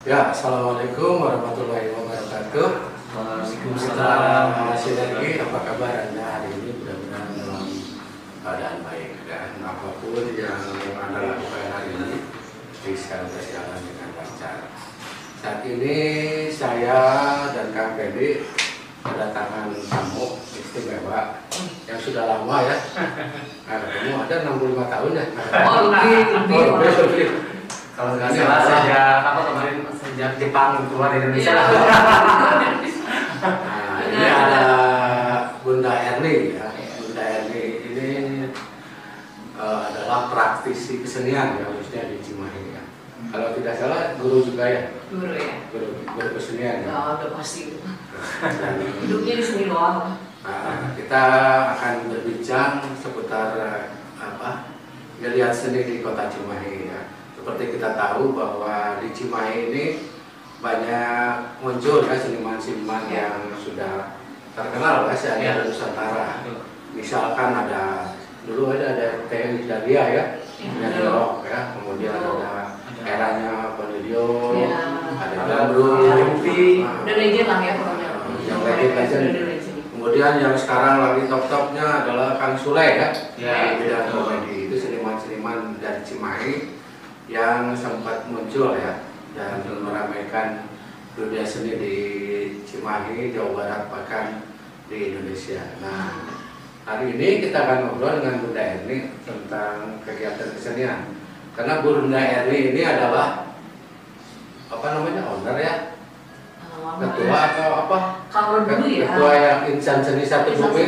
Ya, assalamualaikum warahmatullahi wabarakatuh. Waalaikumsalam. Masih lagi, apa kabar Anda hari ini? Mudah-mudahan dalam keadaan baik dan apapun yang Anda lakukan hari ini bisa berjalan dengan lancar. Saat ini saya dan Kang Fendi kedatangan tamu istimewa yang sudah lama ya. Nah, ketemu ada 65 tahun ya. Oh, lebih. Kalau nggak salah sejak kemarin sejak Jepang keluar dari Indonesia. Nah, ini ada Bunda Erni ya. Bunda Erni ini adalah praktisi kesenian ya, khususnya di Cimahi ya. Kalau tidak salah guru juga ya. Guru ya. Guru kesenian ya. Oh, udah pasti. Hidupnya di sini doang. Nah, kita akan berbincang seputar geliat seni di Kota Cimahi ya. Seperti kita tahu bahwa di Cimahi ini banyak muncul ya seniman-seniman yang sudah terkenal ya se-Asia Nusantara. Misalkan dulu ada Teh Dalia ya, penyanyi rock ya, kemudian ada eranya Bonilio, ada Gandrung, udah legend lah ya pokoknya. Yang legend. Kemudian yang sekarang lagi top-topnya adalah Kang Sule ya, di bidang komedi. Itu seniman-seniman dari Cimahi yang sempat muncul ya dan meramaikan dunia seni di Cimahi, Jawa Barat, bahkan di Indonesia. Nah, hari ini kita akan ngobrol dengan Bunda Erni tentang kegiatan kesenian. Karena Bunda Erni ini adalah owner ya, ketua atau apa? Kalau dulu ya. Ketua yang Insan Seni Satu Bumi.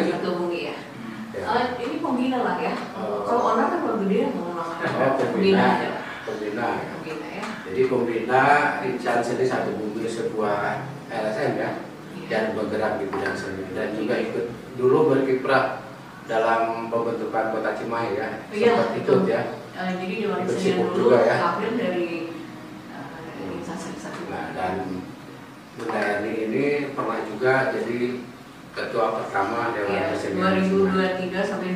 Ini pembina lah ya. Kalau owner kan kalau gede Pembina. Pembina ya. Jadi pembina Insan Seni Satu Bumi sebuah LSM ya, dan bergerak di bidang seni dan juga ikut dulu berkiprah dalam pembentukan Kota Cimahi ya, sempat ikut ya. Jadi Dewan Ikut Kesenian sibuk dulu juga ya. lahir dari Insan Seni Satu Bumi. Nah, dan Bunda Erni ini pernah juga jadi ketua pertama Dewan Kesenian 2023 sampai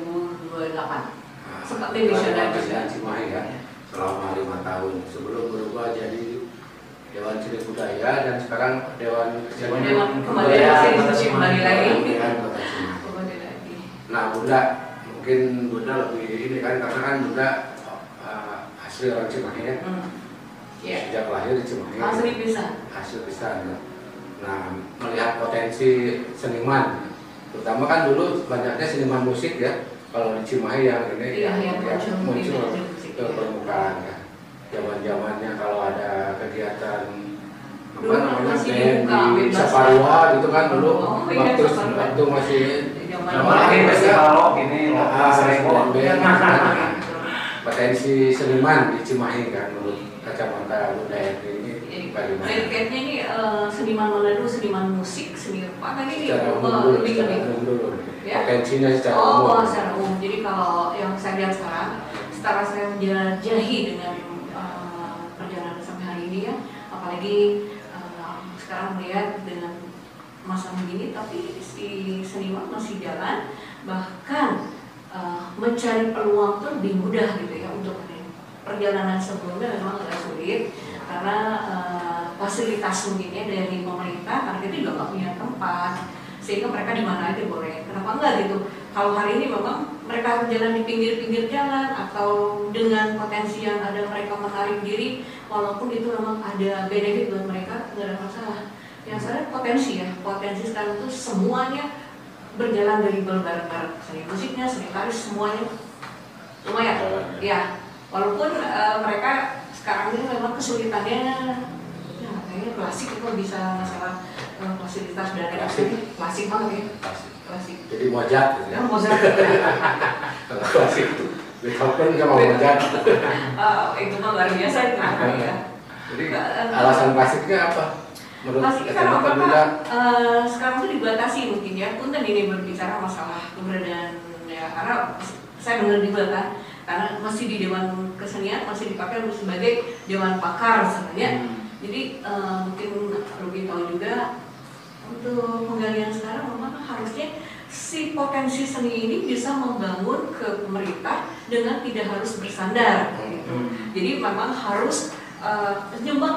2028. Sempat Dewan Kesenian Cimahi ya, selama 5 tahun sebelum berubah jadi Dewan Seni Budaya dan sekarang Dewan Kebudayaan kembali lagi. Nah, Bunda, mungkin Bunda lebih ini kan karena kan Bunda asli orang Cimahi ya. Sejak lahir di Cimahi. Asli pisan. Asli pisan ya. Nah, melihat potensi seniman, terutama kan dulu banyaknya seniman musik ya. Kalau di Cimahi yang ini yang muncul ke permukaan ya. Zaman-zamannya kalau ada kegiatan band di Saparua gitu kan dulu waktu masih festival rock ini potensi seniman di Cimahi kan menurut kacamata Bunda Erni ini bagaimana? Kayaknya ini seniman mana dulu, seniman musik, seni rupa kan ini lebih dulu. Potensinya secara umum. Secara umum. Jadi kalau yang saya lihat setelah saya menjelajahi dengan perjalanan sampai hari ini ya, apalagi sekarang melihat dengan masa begini, tapi si seniman masih jalan, bahkan mencari peluang itu lebih mudah gitu ya untuk ini. Perjalanan sebelumnya memang agak sulit karena fasilitas mungkinnya dari pemerintah, karena kita juga nggak punya tempat, sehingga mereka di mana aja boleh. Kenapa enggak gitu? Kalau hari ini memang mereka berjalan di pinggir-pinggir jalan atau dengan potensi yang ada mereka menarik diri, walaupun itu memang ada benefit buat mereka, nggak ada masalah. Yang saya potensi sekarang itu semuanya berjalan dari bareng-bareng, seni musiknya, seni tari, semuanya lumayan. Ya, walaupun mereka sekarang ini memang kesulitannya, ya kayaknya klasik itu bisa masalah fasilitas dan klasik banget ya. Klasik. Jadi mojat gitu ya. Mojat. Klasik itu. Beethoven sama mojat. Itu mah luar biasa itu ya. Jadi alasan klasiknya apa? Klasik karena sekarang itu dibatasi mungkin ya. Punten ini berbicara masalah keberadaan ya, karena saya dengar juga kan, karena masih di Dewan Kesenian masih dipakai sebagai Dewan Pakar sebenarnya. Jadi mungkin lebih tahu juga untuk penggalian sekarang memang harusnya si potensi seni ini bisa membangun ke pemerintah dengan tidak harus bersandar gitu. Jadi memang harus nyumbang lah gitu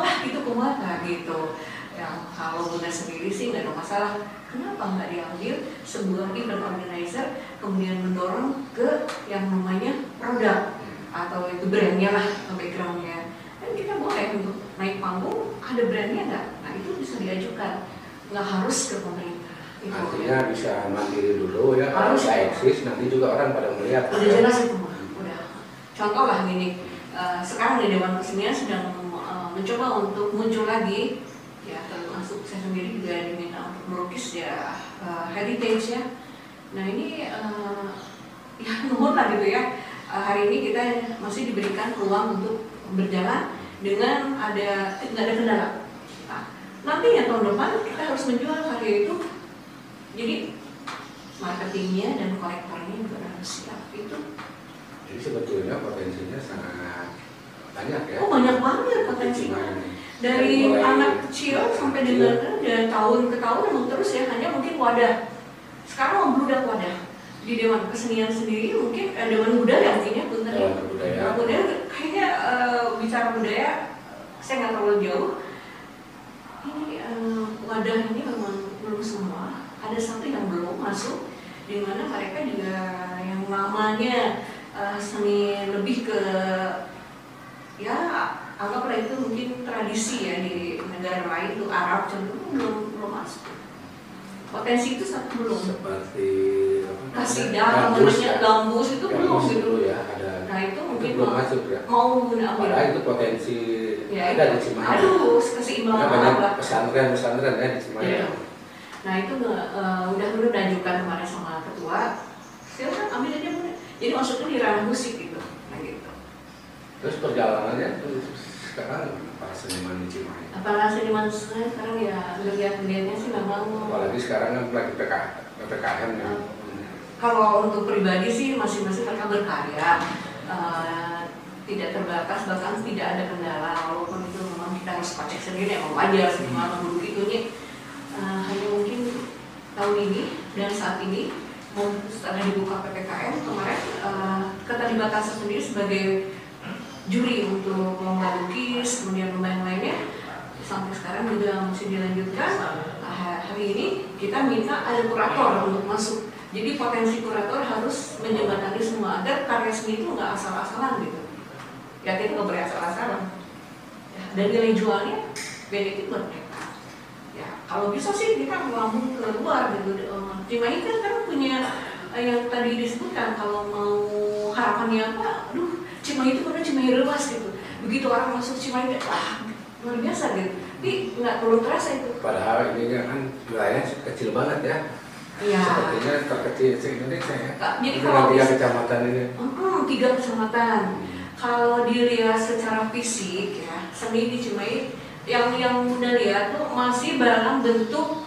kumaha gitu. Ya, kalau Bunda sendiri sih nggak ada masalah. Kenapa nggak diambil sebuah event organizer kemudian mendorong ke yang namanya produk atau itu brandnya lah, backgroundnya. Dan kita boleh untuk naik panggung ada brandnya nggak? Nah itu bisa diajukan, nggak harus ke pemerintah. Itu artinya bisa mandiri dulu ya, kalau harus nggak eksis nanti juga orang pada melihat. udah jelas itu mah, udah. Contoh lah gini, sekarang di Dewan Kesenian sedang mencoba untuk muncul lagi, ya termasuk saya sendiri juga diminta untuk melukis ya heritage ya. Nah ini ya nuhun lah gitu ya. Hari ini kita masih diberikan peluang untuk berjalan dengan nggak ada kendala. Nah, nantinya tahun depan kita harus menjual karya itu, jadi marketingnya dan kolektornya juga harus siap itu. Jadi sebetulnya potensinya sangat banyak ya. Oh banyak banget potensinya. Dari anak kecil sampai dengan dari tahun ke tahun emang terus ya, hanya mungkin wadah. Sekarang membludak wadah. Di Dewan Kesenian sendiri mungkin Dewan Budaya artinya bener ya. Dewan Budaya kayaknya bicara budaya saya nggak terlalu jauh. Ini wadah ini memang belum semua. Ada satu yang belum masuk, di mana mereka juga yang namanya seni lebih ke ya anggaplah itu mungkin tradisi ya di negara lain, itu Arab contohnya belum masuk. Potensi itu satu belum. Seperti kasidah, gambus itu belum gitu. Ya, ada. Nah itu mungkin belum masuk ya. Mau guna ambil. Padahal itu potensi ya, ada di Cimahi. Aduh, keseimbangan banyak lah. pesantren ya di Cimahi. Ya. Nah itu udah diajukan kemarin sama ketua. Silakan ambil aja Bunda. Jadi maksudnya di ranah musik gitu. Nah gitu. Terus perjalanannya sekarang para seniman di Cimahi. Para seniman sekarang ya lihat-lihatnya sih memang. Apalagi sekarang kan lagi PPKM ya. Kalau untuk pribadi sih masing-masing mereka berkarya, tidak terbatas, bahkan tidak ada kendala. Walaupun itu memang kita harus pakai sendiri, emang wajar sih memang dulu itunya. Hanya mungkin tahun ini dan saat ini setelah dibuka PPKM kemarin keterlibatan saya sendiri sebagai juri untuk lomba lukis, kemudian lomba yang lainnya sampai sekarang juga masih dilanjutkan. Hari ini kita minta ada kurator untuk masuk. Jadi potensi kurator harus menjembatani semua agar karya seni itu nggak asal-asalan gitu. Ya kita nggak boleh asal-asalan. Ya, dan nilai jualnya benefit buat mereka. Ya kalau bisa sih kita melambung ke luar gitu. Cimahi kan sekarang punya yang tadi disebutkan, kalau mau harapannya apa, aduh Cimahi itu karena Cimahi luas gitu. Begitu orang masuk Cimahi, wah luar biasa gitu. Tapi nggak perlu terasa itu. Padahal ininya kan wilayahnya kecil banget ya. Iya. Sepertinya terkecil se-Indonesia ya. Jadi kalau 3 kecamatan ini. 3 kecamatan. Kalau dilihat secara fisik ya, seni di Cimahi yang Bunda lihat tuh masih dalam bentuk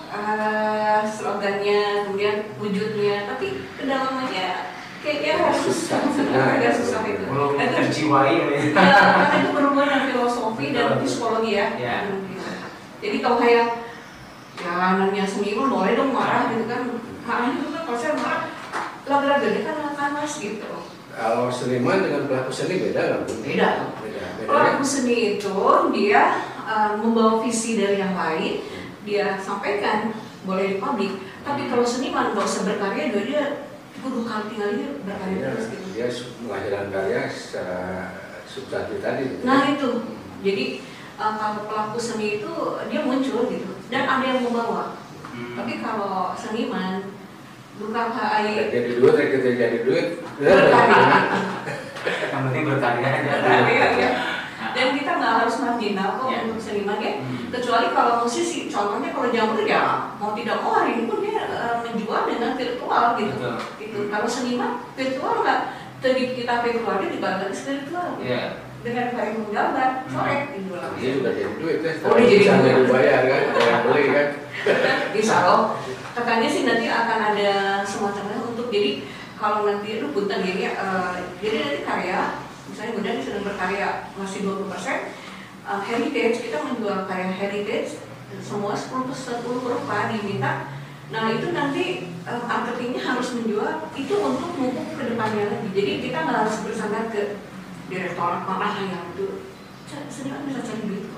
slogannya, kemudian wujudnya, tapi kedalamannya kayaknya susah itu. Belum terjiwai ya. Karena itu berhubungan dengan filosofi dan psikologi ya. Jadi kalau kayak ya namanya seni mah boleh dong marah gitu kan. Marahnya itu kan kalau saya marah laga-laganya kan panas gitu. Kalau seniman dengan pelaku seni beda nggak Bu? Beda. Pelaku seni itu dia membawa visi dari yang lain, dia sampaikan boleh di publik. Tapi kalau seniman nggak usah berkarya, dia kudu tinggalnya berkarya terus gitu. Dia melahirkan karya secara substantif tadi. Nah itu, jadi kalau pelaku seni itu dia muncul gitu dan ada yang membawa. Tapi kalau seniman bukan jadi duit berkarya. Yang penting berkarya aja. Berkarya. Dan kita nggak harus marginal kok untuk seniman ya. Kecuali kalau musisi, contohnya kalau jamur ya mau tidak mau hari ini pun dia menjual dengan virtual gitu. Gitu. Kalau seniman virtual nggak, tadi kita virtual dia dibalas virtual. Dengan baik menggambar, corek dijual. Dia juga jadi duit ya. Oh, dia jadi duit. Dibayar kan, ada yang beli kan. Bisa loh. Katanya sih nanti akan ada semacamnya untuk, jadi kalau nanti lu punten ya, jadi nanti karya, misalnya Bunda ini sedang berkarya masih 20%, heritage, kita menjual karya heritage semua 10% rupiah diminta. Nah itu nanti marketingnya harus menjual itu untuk mumpuk ke depannya lagi. Jadi kita nggak harus bersandar ke direktorat mana yang itu. Seniman bisa cari duit kok.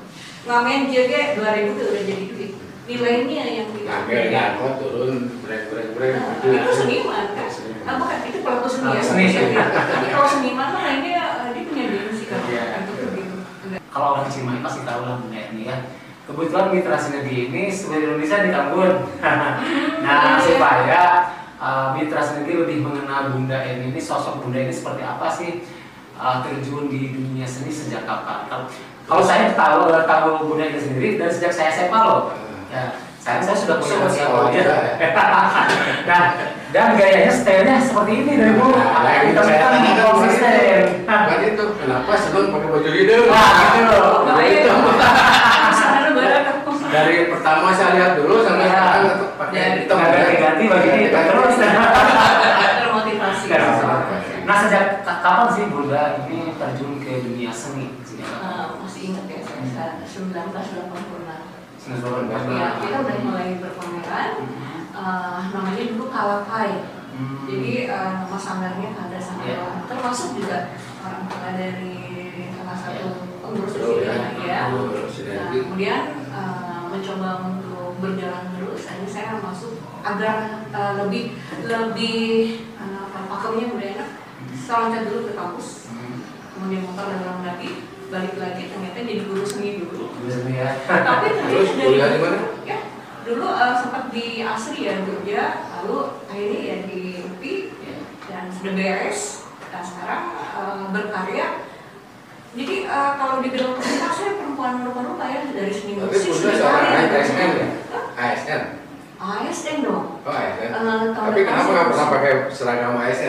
ngamen juga 2.000 tuh udah jadi duit. Nilainya yang ngambil kok turun breng itu seniman kan? Bukan, itu pelaku seni ya. Seni. Tapi kalau seniman mah dia punya diri sih kan. Gitu. Kalau orang Cimahi pasti tahu lah Bunda ini ya. Kebetulan Mitra Sinergi ini sebagai Indonesia di Tambun. Nah, supaya Mitra Sinergi lebih mengenal Bunda ini sosok Bunda ini seperti apa sih, terjun di dunia seni sejak kapan? Kalau saya tahu Bunda ini sendiri dan sejak saya SMA loh. Ya, saya sudah punya sekolah ya. Nah, dan gayanya stylenya seperti ini dari dulu. Kita kan konsisten. Berarti itu kenapa sebelum pakai baju hidung? Gitu loh. Itu. Lebaran. Dari pertama saya lihat dulu sampai sekarang tetap pakai hitam. Ganti bagi kita terus. Termotivasi. Nah, sejak kapan sih Bunda ini terjun ke dunia seni? Masih ingat ya, saya 1986. Ya, kita udah mulai berpameran, namanya dulu Kalapai. Jadi nama sanggarnya ada sanggar, termasuk juga orang tua dari salah satu pengurus di sini ya. Kemudian mencoba untuk berjalan terus, ini saya masuk agar lebih pakemnya udah enak. Saya loncat dulu ke kampus, kemudian motor dalam lagi. Balik lagi ternyata jadi guru seni dulu. Tapi ternyata dari ya dulu sempat di Asri ya Jogja, lalu akhirnya ya di UPI dan sudah beres. Nah sekarang berkarya. Jadi kalau di bidang musik saya perempuan rupa-rupa ya dari seni musik. Tapi Bunda seorang ASN ya? ASN? ASN dong. Oh ASN. Tapi kenapa nggak pernah pakai seragam ASN?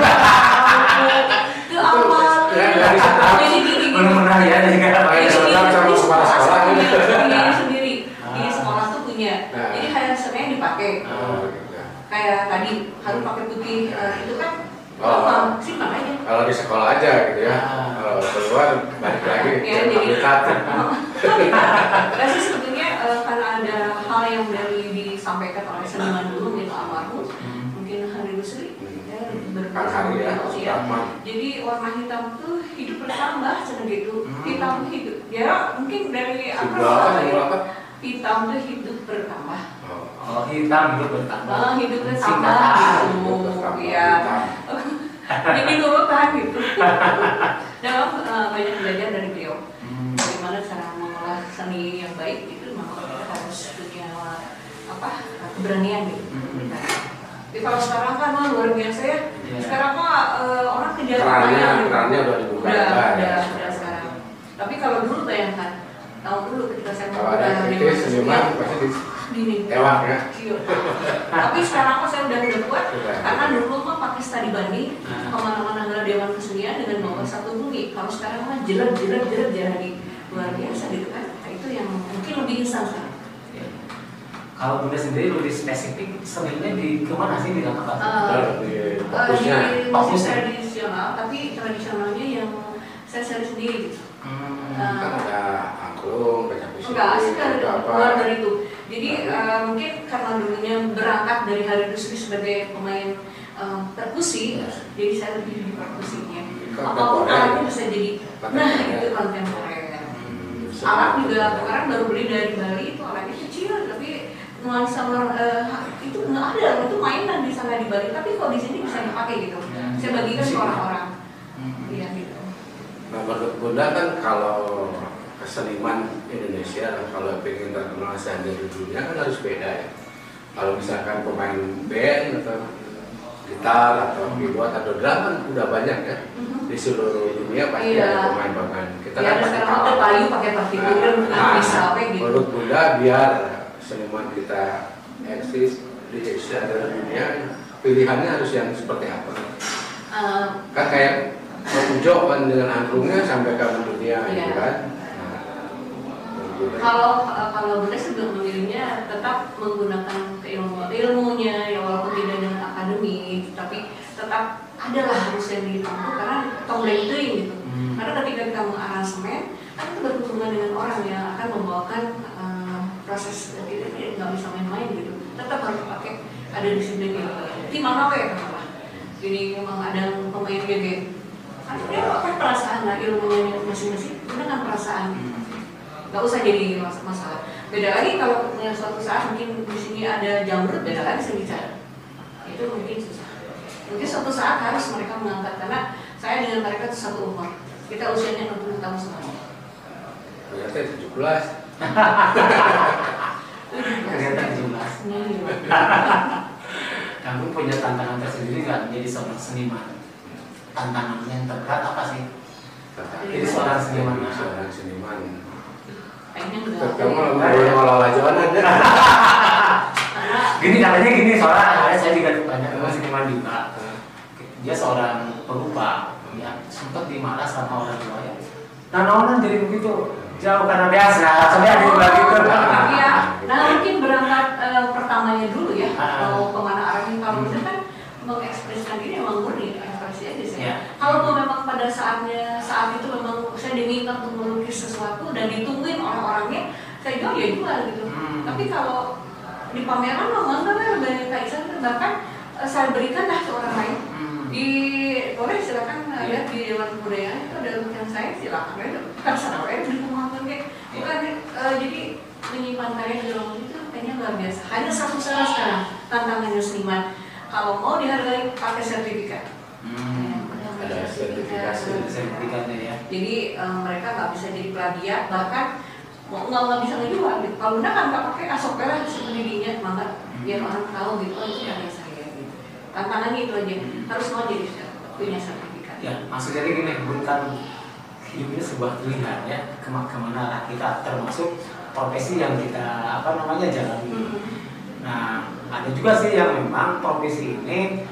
Itu awal. Jadi gini. Benar-benar ya, jadi nggak pakai seragam sama kepala sekolah gitu. Sendiri. Di sekolah tuh punya. Jadi hanya sebenarnya dipakai. Kayak tadi harus pakai putih itu kan. Simpan aja. Kalau di sekolah aja gitu ya. Keluar balik lagi. Ya jadi. Tapi sebetulnya karena ada hal yang disampaikan oleh seniman dulu itu almarhum, mungkin Hari Rusli berkali ya. Jadi warna hitam tuh hidup bertambah gitu. Hitam hidup. Ya mungkin dari apa? Hitam tuh hidup bertambah. Oh, hitam hidup bertambah. Hidup bertambah gitu. Ya. Jadi nurutan gitu. Dalam banyak belajar dari beliau. Bagaimana cara mengolah seni yang baik itu memang kita harus punya keberanian gitu. Jadi kalau sekarang kan luar biasa ya. Sekarang orang kejar kerannya udah dibuka. Udah sekarang. Tapi kalau dulu bayangkan, tahun dulu ketika saya kalau ada kritis seniman pasti tewak ya. Tapi sekarang saya udah kuat karena dulu mah pakai studi banding kemana-mana nggak Dewan Kesenian dengan nomor 1 bumi. Kalau sekarang mah jelas jadi luar biasa gitu kan. Nah, itu yang mungkin lebih instan sekarang. Kalau Bunda sendiri lebih spesifik seninya di kemana sih di apa? Di musik tradisional, tapi tradisionalnya yang saya cari sendiri gitu. Kan ada angklung, baca puisi. Enggak, sih keluar dari itu. Jadi mungkin karena dulunya berangkat dari Hari Rusli sebagai pemain perkusi, jadi saya lebih di perkusinya. Apapun alatnya bisa jadi, nah itu kontemporer. Alat juga sekarang baru beli dari Bali, itu alatnya kecil tapi nuansa itu nggak ada, itu mainan di sana di Bali, tapi kok di sini bisa dipakai gitu. Saya bagikan ke orang-orang. Iya gitu. Nah menurut Bunda kan kalau seniman Indonesia kalau pengen terkenal di dunia kan harus beda ya. Kalau misalkan pemain band atau gitar atau keyboard atau drum kan udah banyak ya di seluruh dunia pasti ada pemain-pemain. Kita kan pasti sekarang pakai partitur bisa gitu. Menurut Bunda biar seniman kita eksis di seluruh dunia pilihannya harus yang seperti apa? Kan kayak Ujo kan dengan angklungnya sampai ke dunia gitu kan. Kalau Bunda sebelum memilihnya tetap menggunakan ilmunya ya walaupun tidak dengan akademik, tapi tetap adalah harus yang ditempuh karena tomboleng itu gitu. Karena ketika kita mengaransemen kan itu berhubungan dengan orang yang akan membawakan proses kita nggak bisa main-main gitu. Tetap harus pakai ada disiplin gitu. Di mana ya kenapa? Jadi memang ada pemain GG. Dia pakai perasaan lah ilmunya masing-masing dengan perasaan. nggak usah jadi masalah. Beda lagi kalau suatu saat mungkin di sini ada jamrut, beda lagi saya bicara. Itu mungkin susah. Mungkin suatu saat harus mereka mengangkat, karena saya dengan mereka itu satu umur. Kita usianya 60 tahun semuanya. Ternyata 17. Kelihatan 17. Kamu punya tantangan tersendiri nggak menjadi seorang seniman? Tantangannya yang terberat apa sih? Jadi seorang seniman. Terutama mengelola jalan aja. Gini katanya gini, soalnya saya juga banyak seniman juga. Dia seorang pelupa, ya sempat dimarah sama orang tua ya. Nah, naonan jadi begitu jauh karena biasa. Sampai ada yang begitu. Iya. Nah mungkin berangkat pertamanya dulu ya. Kalau kemana arahnya, kalau itu kan mengekspresikan diri emang murni ekspresi aja saya. Ya. Kalau memang pada saat itu memang saya diminta untuk melukis sesuatu dan ditungguin orang-orangnya, saya jual ya jual gitu. Tapi kalau di pameran memang kan banyak kaisan, bahkan saya berikan lah ke orang lain. Boleh silakan lihat di Dewan Kebudayaan itu ada lukisan saya, silakan aja. Kan sana aja di rumah kayak bukan jadi menyimpan karya di dalam itu kayaknya luar biasa. Hanya satu cara sekarang tantangannya seniman, kalau mau dihargai pakai sertifikat. Ada sertifikatnya ya. Jadi mereka nggak bisa jadi plagiat, bahkan nggak bisa ngejual gitu. Kalau benar kan nggak pakai asok lah seperti dinya, maka biar orang tahu gitu, oh itu karya saya gitu. Tantangannya itu aja, harus mau jadi punya sertifikat. Ya, maksud jadi gini, bukan hidupnya sebuah pilihan ya, kemana arah kita, termasuk profesi yang kita jalani. Nah, ada juga sih yang memang profesi ini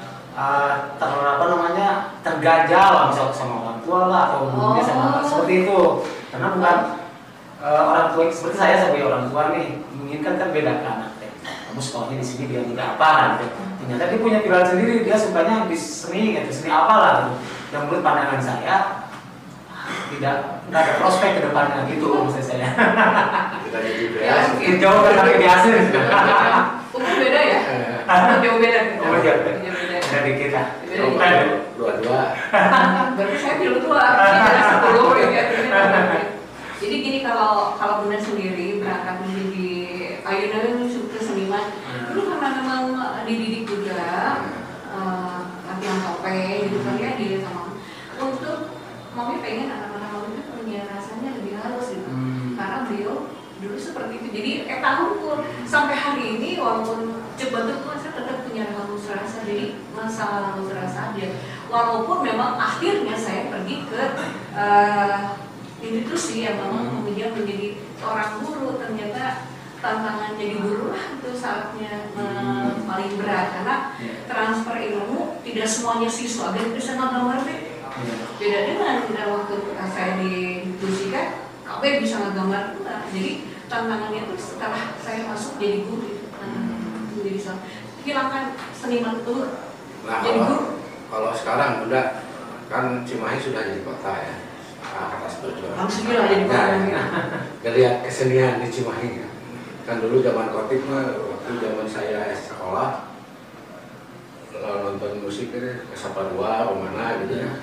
terganjal misalnya sama orang tua lah atau gurunya sama seperti itu, karena bukan orang tua seperti saya sebagai orang tua nih menginginkan kan beda kan, kamu sekolahnya di sini biar tidak apa gitu. Ternyata dia punya pilihan sendiri, dia sukanya di seni gitu, seni apalah gitu. Yang menurut pandangan saya tidak ada prospek ke depannya gitu maksud saya. Kita jadi biasa. Jauh kan tapi biasa. Umur beda ya? Jauh beda. Umur jauh beda. Beda dikit lah. Dua-dua. Berarti saya dulu tua, saya 10 ya. Jadi gini, kalau Bunda sendiri berangkat menjadi ayunan ke seniman, dulu karena memang dididik juga latihan topeng gitu kan ya di sama untuk mami pengen anak-anak mami itu punya rasanya lebih halus gitu. Karena beliau dulu seperti itu. Jadi tahunku sampai hari ini walaupun cepat tua saya tetap punya halus rasa. Jadi masalah halus rasa aja. Walaupun memang akhirnya saya pergi ke institusi yang memang kemudian menjadi seorang guru, ternyata tantangan jadi guru lah itu saatnya paling berat karena transfer ilmu tidak semuanya siswa dan bisa ngegambar deh. Beda dengan waktu saya di institusi kan KB bisa ngegambar enggak. Jadi tantangannya itu setelah saya masuk jadi guru jadi hilangkan seniman itu jadi guru. Kalau sekarang Bunda kan Cimahi sudah jadi kota ya. Atas berjuang. Langsung gila jadi kota. Ngelihat kesenian di Cimahi kan dulu zaman Kotik mah waktu zaman saya sekolah nonton musik ini ke Saparua kemana gitu ya,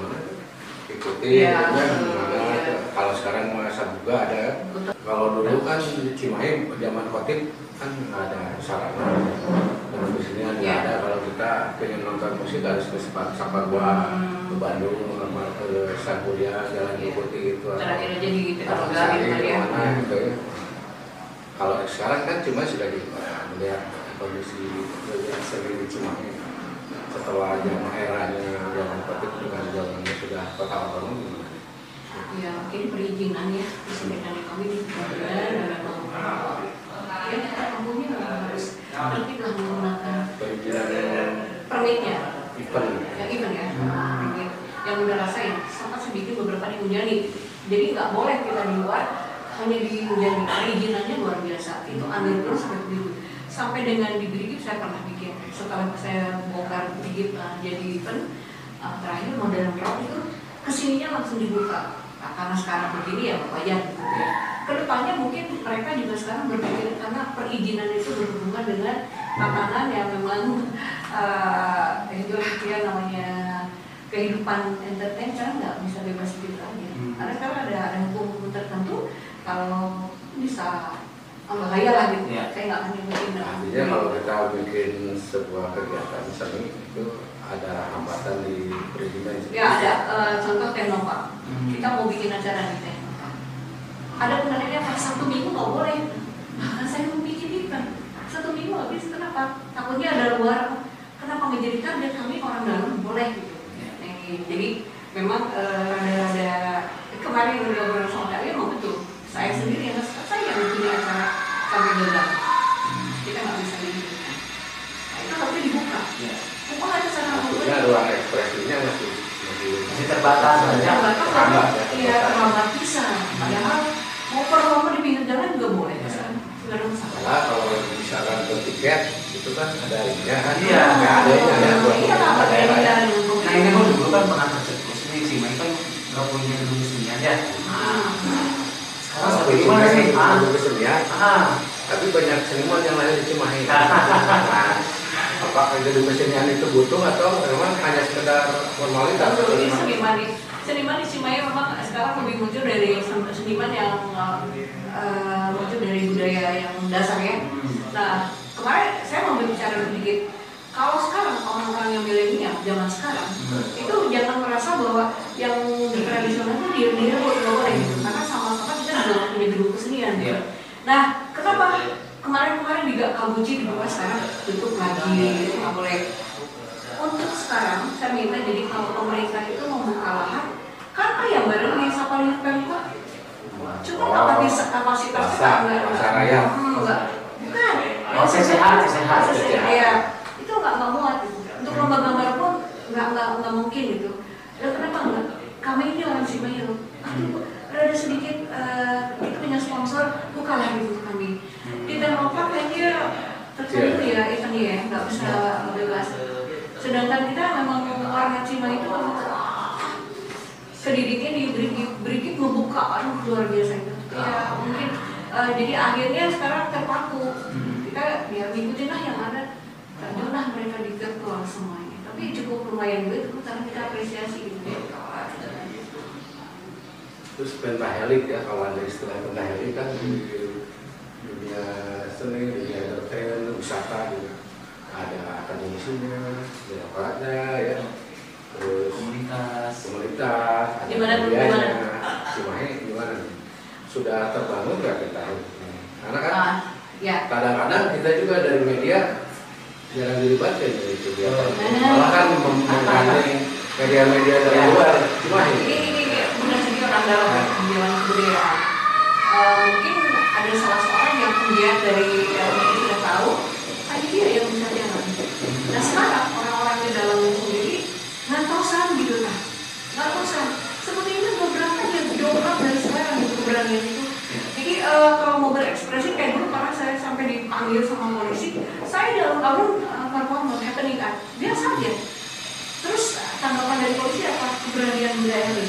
ikuti kalau sekarang masa juga ada. Kalau dulu kan di Cimahi zaman Kotik kan nggak ada sarana dan di sini nggak ada. Kalau kita pengen nonton musik harus ke Saparua, ke Bandung, ke Sakulia, Jalan Ikuti itu terakhir jadi kemana gitu ya. Kalau sekarang kan cuma sudah melihat kondisi seni di Cimahi setelah zaman eranya zaman Kotik dengan zamannya sudah kota otonom. Ya mungkin perizinan ya, perizinan kami di Bagian dan memang ya kita kampungnya harus tertib lah menggunakan perizinan permitnya, event ya, yang udah rasain. Sempat saya bikin beberapa dihujani, jadi nggak boleh kita di luar hanya dihujani. Perizinannya luar biasa, itu ambil terus sampai begitu. Sampai dengan di Brigip saya pernah bikin. Setelah saya bongkar Brigip jadi event, terakhir modern rock itu kesininya langsung dibuka. Karena sekarang begini ya wajar gitu ya. Kedepannya mungkin mereka juga sekarang berpikir karena perizinan itu berhubungan dengan tantangan yang memang itulah ya namanya kehidupan entertain kan nggak bisa bebas gitu aja. Karena sekarang ada hukum tertentu kalau bisa bahaya lah gitu. Ya. Saya nggak akan bikin. Artinya kalau kita bikin sebuah kegiatan seni itu ada hambatan di perizinan. Ya ada contoh Teknopark. Kita mau bikin acara di Teknopark. Ada penarinya pas 1 minggu nggak boleh. Bahkan saya mau bikin event 1 minggu habis. Kenapa? Takutnya ada luar. Kenapa nggak jadi target kami orang dalam boleh gitu. Jadi memang rada-rada kemarin udah ngobrol sama kalian mau betul. Saya sendiri yang saya yang punya acara sampai gagal. Kita nggak bisa dibikin. Nah, itu harusnya dibuka. Kok ada sana Maksudnya ruang ekspresinya Masih terbatas saja. terhambat ya. Iya, terlambat bisa. Padahal mau perlu di pinggir jalan juga boleh. Nggak ada masalah. Malah kalau misalkan ke tiket itu kan ada ininya kan. Iya. Nggak ada ya. Iya, apa daerah ya. Nah ini kan dulu kan pernah tercetus nih sih, kan nggak punya dulu senian ya. Sekarang sampai gimana sih? Kesenian. Tapi banyak seniman yang lahir di Cimahi. Apakah gedung kesenian itu butuh atau memang hanya sekedar formalitas? Ini seniman di Cimahi memang sekarang lebih muncul dari seniman yang muncul dari budaya yang dasar ya. Nah kemarin saya mau bicara sedikit. Kalau sekarang orang-orang yang milenial zaman sekarang itu jangan merasa bahwa yang tradisional itu dia nggak boleh gitu. Karena sama-sama kita juga punya gedung kesenian. Nah kenapa kemarin juga Kabuci dibuka sekarang tutup lagi nggak boleh. Untuk sekarang saya minta jadi kalau pemerintah itu membuka lahan kan ayam bareng di Sapalin Pemkot. Cuma kapasitas kita enggak. Bukan. Oh sehat. Ya itu nggak muat. Untuk lomba-lomba pun nggak mungkin gitu. Dan kenapa enggak? Kami ini orang Cimahi loh. Ada sedikit kita punya sponsor bukalah gitu kami. Di Teknopark kayaknya tertentu ya eventnya ya nggak bisa bebas. Sedangkan kita memang orang Cimahi itu sedikitnya diberi membuka, aduh luar biasa itu. Ya mungkin jadi akhirnya sekarang terpaku. Kita biar ngikutin lah yang ada. Terjunlah mereka di virtual semuanya. Tapi cukup lumayan gitu karena kita apresiasi gitu ya. Terus pentahelik ya, kalau ada istilah pentahelik kan di dunia seni, dunia entertain, wisata juga ada akademisinya, birokratnya ya, terus komunitas, gimana? Cimahi gimana nih? Sudah terbangun nggak kita? Karena kan kadang-kadang kita juga dari media jarang dilibatkan dari kegiatan. Malah kan menggandeng media-media dari luar Cimahi. Ini benar segi orang dalam dewan kebudayaan. Mungkin ada salah seorang yang kemudian dari LMI sudah tahu, tadi dia yang bisa jalan. Nah sekarang orang-orang di dalam sendiri ngantosan gitu kan, ngantosan. Seperti ini beberapa yang dongkrak dari sekarang itu keberanian itu. Jadi kalau mau berekspresi kayak dulu karena saya sampai dipanggil sama polisi, saya dalam kabin perform happening kan, biasa aja. Terus tanggapan dari polisi apa? Keberanian budaya ini.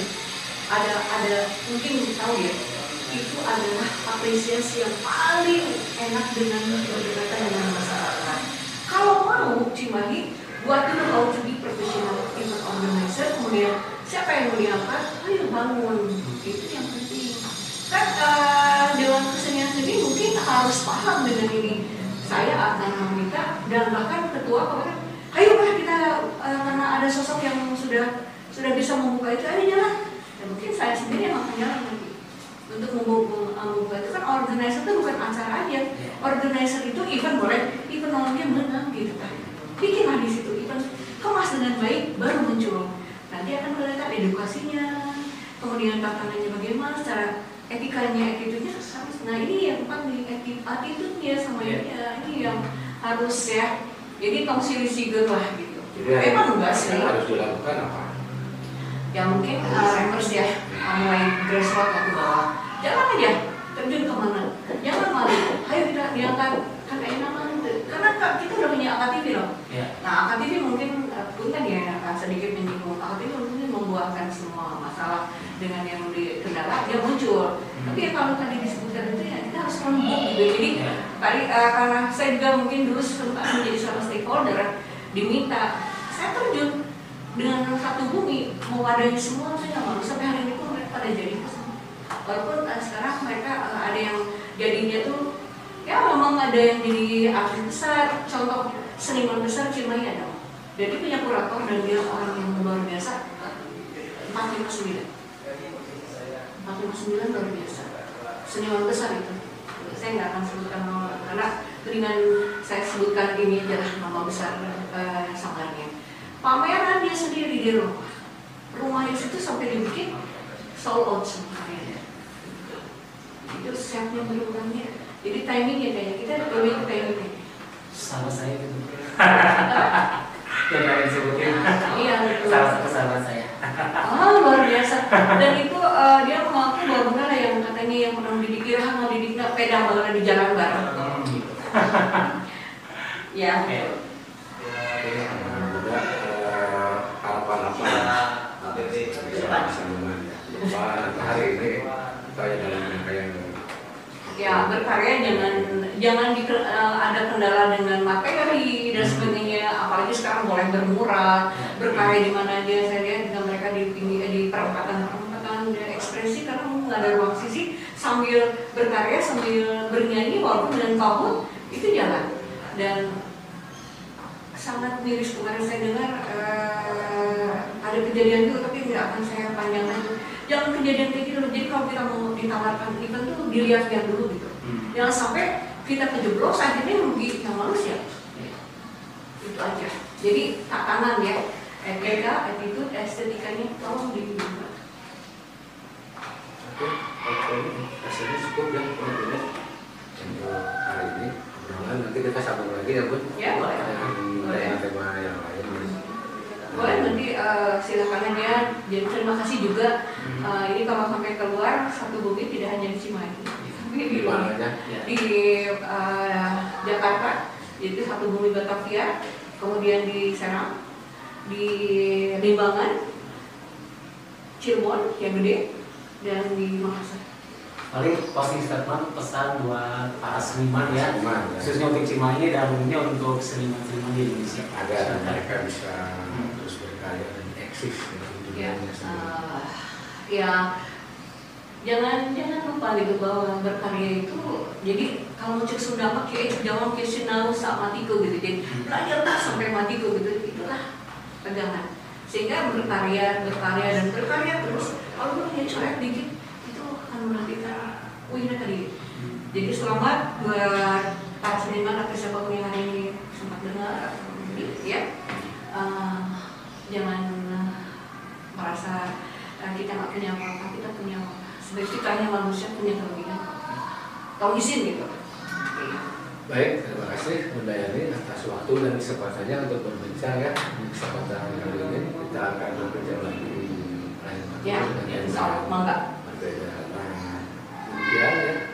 Ada mungkin tahu ya, itu adalah apresiasi yang paling enak dengan berdekatan dengan masyarakat. Kalau mau Cimahi buat dulu mau jadi profesional event organizer, kemudian siapa yang mau diangkat, ayo bangun, itu yang penting. Kan Dewan Kesenian sendiri mungkin harus paham dengan ini. Saya akan meminta dan bahkan ketua kemarin, ayo kita karena ada sosok yang sudah bisa membuka itu, ayo jalan. Ya mungkin saya sendiri yang akan jalan lagi untuk membuka itu. Kan organizer itu bukan acara aja. Organizer itu event boleh, event nolongnya menang gitu kan. Bikinlah di situ event, kemas dengan baik baru muncul. Nanti akan kelihatan edukasinya, kemudian tatanannya bagaimana, secara etikanya, attitude-nya harus. Nah ini yang penting, attitude-nya sama ini yang harus ya. Jadi tong silih-silih lah gitu. Memang enggak sih. Yang harus dilakukan apa? Ya mungkin members ya, mulai grassroots ke bawah. Jangan aja terjun kemana, jangan malu. Ayo kita diangkat, kan enak banget. Karena kita udah punya AKTV loh. Nah AKTV mungkin pun kan ya sedikit menyinggung. AKTV mungkin membuahkan semua masalah dengan yang di kendala dia muncul. Tapi ya kalau tadi disebutkan itu ya kita harus rembuk gitu. Jadi tadi karena saya juga mungkin dulu sempat menjadi salah stakeholder, diminta saya terjun dengan satu bumi mewadahi semua. Saya nggak malu sampai hari ini pun mereka pada jadi Walaupun sekarang mereka ada yang jadinya tuh ya memang ada yang jadi artis besar, contoh seniman besar Cimahi ada. Jadi punya kurator dan dia orang yang luar biasa. 459 luar biasa. Seniman besar itu. Saya nggak akan sebutkan nama karena dengan saya sebutkan ini adalah nama besar sanggarnya. Pameran dia sendiri di rumah. Rumahnya itu sampai dibikin sold out semuanya. Itu setnya beruangnya. Jadi timingnya kayaknya kita lebih timingnya. Sama saya gitu. Yang lain sebutin. Iya betul. Salah satu sahabat saya. Luar biasa. Dan itu dia mengaku bahwa benar yang katanya yang pernah didik Irham mau didik pedang bahkan di jalan bareng. Ya. Juga harapan-harapan sambungan ya. Hari ini saya dalam rangka yang Ya berkarya jangan ada kendala dengan materi dan sebagainya, apalagi sekarang boleh bermurah berkarya di mana aja. Saya lihat juga mereka di perempatan ekspresi karena nggak ada ruang sisi sambil berkarya sambil bernyanyi walaupun dengan pahut itu jalan. Dan sangat miris kemarin saya dengar ada kejadian itu tapi nggak akan saya panjangkan. Jangan kejadian kayak gitu. Jadi kalau kita mau ditawarkan event tuh dilihat-lihat dulu gitu. Jangan sampai kita kejeblos akhirnya rugi yang manusia. Itu aja. Jadi tatanan ya, etika, attitude, estetikanya tolong diubah. Oke, rasanya cukup ya untuk hari ini. Mudah-mudahan nanti kita sambung lagi ya Bun. Ya boleh. Dengan tema yang lain. Boleh nanti silakan aja. Jadi terima kasih juga. Ini kalau sampai keluar satu bumi tidak hanya di Cimahi, tapi di Jakarta itu satu bumi Batavia, kemudian di Serang, di Limbangan, Cirebon yang gede, dan di Makassar. Paling closing statement pesan buat para seniman ya, khususnya untuk Cimahi dan umumnya untuk seniman-seniman di Indonesia agar mereka bisa terus berkarya dan eksis ya jangan lupa gitu bahwa berkarya itu jadi kalau cek Sunda mah kayak jangan kayak sinau sama matiku gitu, jadi belajarlah sampai matiku gitu, itulah pegangan sehingga berkarya terus kalau ya coret dikit itu akan melahirkan wihna tadi. Jadi selamat buat para seniman atau siapapun yang hari ini sempat dengar ya. Jangan merasa kita nggak punya apa-apa, kita punya apa. Sebenarnya kita hanya manusia punya kelebihan. Tolong izin gitu. Baik, terima kasih Bunda Yani atas waktu dan kesempatannya untuk berbincang ya. Di kesempatan kali ini kita akan berbincang lagi di lain waktu. Ya, insya Allah, mangga. Berbeda. Demikian ya.